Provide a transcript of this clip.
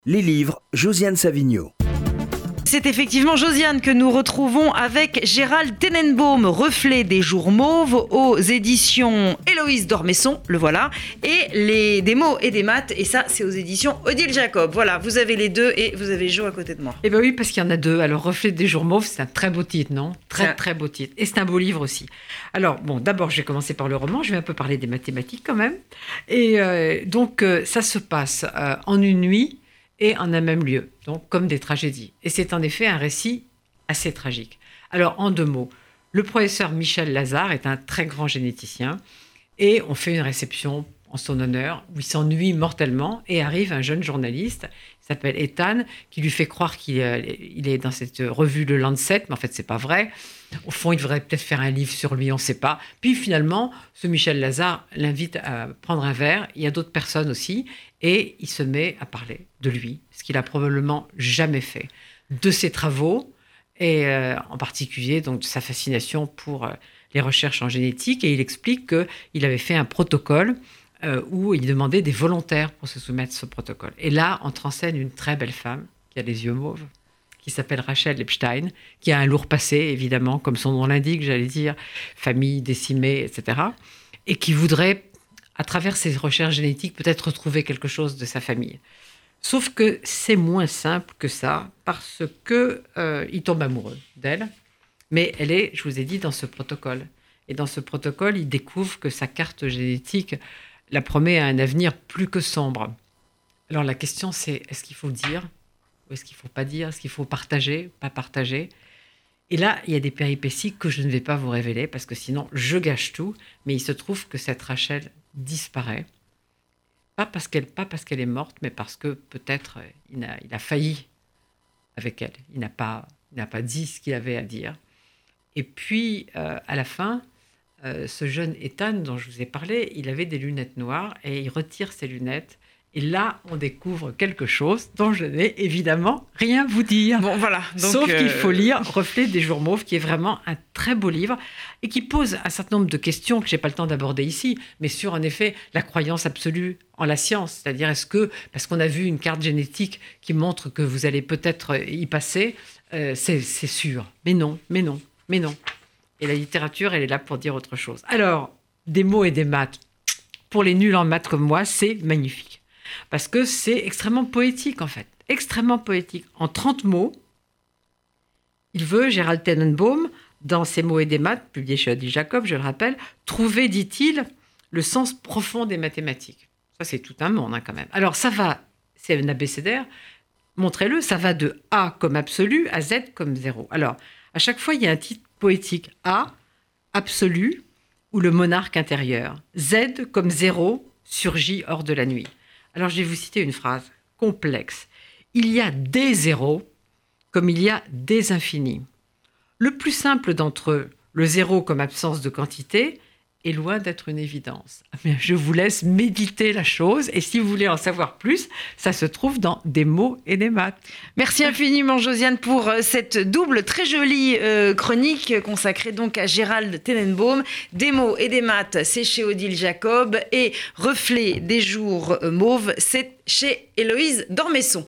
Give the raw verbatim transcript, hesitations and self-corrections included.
Les livres, Josiane Savigno. C'est effectivement Josiane que nous retrouvons avec Gérald Tenenbaum, Reflet des jours mauves, aux éditions Héloïse d'Ormesson, le voilà, et les des mots et des maths, et ça c'est aux éditions Odile Jacob. Voilà, vous avez les deux et vous avez Jo à côté de moi. Eh bien oui, parce qu'il y en a deux. Alors Reflet des jours mauves, c'est un très beau titre, non ? Très Ouais. très beau titre. Et c'est un beau livre aussi. Alors bon, d'abord je vais commencer par le roman, je vais un peu parler des mathématiques quand même. Et euh, donc euh, ça se passe euh, en une nuit et en un même lieu, donc comme des tragédies. Et c'est en effet un récit assez tragique. Alors en deux mots, le professeur Michel Lazare est un très grand généticien et on fait une réception en son honneur où il s'ennuie mortellement et arrive un jeune journaliste qui s'appelle Ethan qui lui fait croire qu'il euh, il est dans cette revue Le Lancet, mais en fait c'est pas vrai. Au fond, il devrait peut-être faire un livre sur lui, on ne sait pas. Puis finalement, ce Michel Lazare l'invite à prendre un verre. Il y a d'autres personnes aussi. Et il se met à parler de lui, ce qu'il a probablement jamais fait, de ses travaux, et euh, en particulier donc, de sa fascination pour euh, les recherches en génétique. Et il explique qu'il avait fait un protocole euh, où il demandait des volontaires pour se soumettre à ce protocole. Et là, entre en scène une très belle femme qui a les yeux mauves, qui s'appelle Rachel Epstein, qui a un lourd passé, évidemment, comme son nom l'indique, j'allais dire, famille décimée, et cetera, et qui voudrait, à travers ses recherches génétiques, peut-être retrouver quelque chose de sa famille. Sauf que c'est moins simple que ça, parce que euh, il tombe amoureux d'elle, mais elle est, je vous ai dit, dans ce protocole. Et dans ce protocole, il découvre que sa carte génétique la promet à un avenir plus que sombre. Alors la question, c'est, est-ce qu'il faut dire ? Ou est-ce qu'il ne faut pas dire ? Est-ce qu'il faut partager ? Pas partager ? Et là, il y a des péripéties que je ne vais pas vous révéler parce que sinon, je gâche tout. Mais il se trouve que cette Rachel disparaît. Pas parce qu'elle, pas parce qu'elle est morte, mais parce que peut-être euh, il a, il a failli avec elle. Il n'a pas, il n'a pas dit ce qu'il avait à dire. Et puis, euh, à la fin, euh, ce jeune Ethan dont je vous ai parlé, il avait des lunettes noires et il retire ses lunettes. Et là, on découvre quelque chose dont je n'ai évidemment rien à vous dire. Bon, voilà. Donc, Sauf euh... qu'il faut lire Reflet des jours mauves, qui est vraiment un très beau livre et qui pose un certain nombre de questions que je n'ai pas le temps d'aborder ici, mais sur, en effet, la croyance absolue en la science. C'est-à-dire, est-ce que, parce qu'on a vu une carte génétique qui montre que vous allez peut-être y passer, euh, c'est, c'est sûr. Mais non, mais non, mais non. Et la littérature, elle est là pour dire autre chose. Alors, des mots et des maths. Pour les nuls en maths comme moi, c'est magnifique. Parce que c'est extrêmement poétique, en fait. Extrêmement poétique. En trente mots, il veut, Gérald Tenenbaum, dans ses mots et des maths, publié chez Odile Jacob, je le rappelle, trouver, dit-il, le sens profond des mathématiques. Ça, c'est tout un monde, hein, quand même. Alors, ça va, c'est un abécédaire, montrez-le, ça va de A comme absolu à Z comme zéro. Alors, à chaque fois, il y a un titre poétique. A, absolu, ou le monarque intérieur. Z comme zéro, surgit hors de la nuit. Alors, je vais vous citer une phrase complexe. Il y a des zéros comme il y a des infinis. Le plus simple d'entre eux, le zéro comme absence de quantité, est loin d'être une évidence. Mais je vous laisse méditer la chose et si vous voulez en savoir plus, ça se trouve dans Des mots et des maths. Merci infiniment Josiane pour cette double très jolie euh, chronique consacrée donc à Gérald Tenenbaum. Des mots et des maths, c'est chez Odile Jacob et Reflet des jours mauves, c'est chez Héloïse d'Ormesson.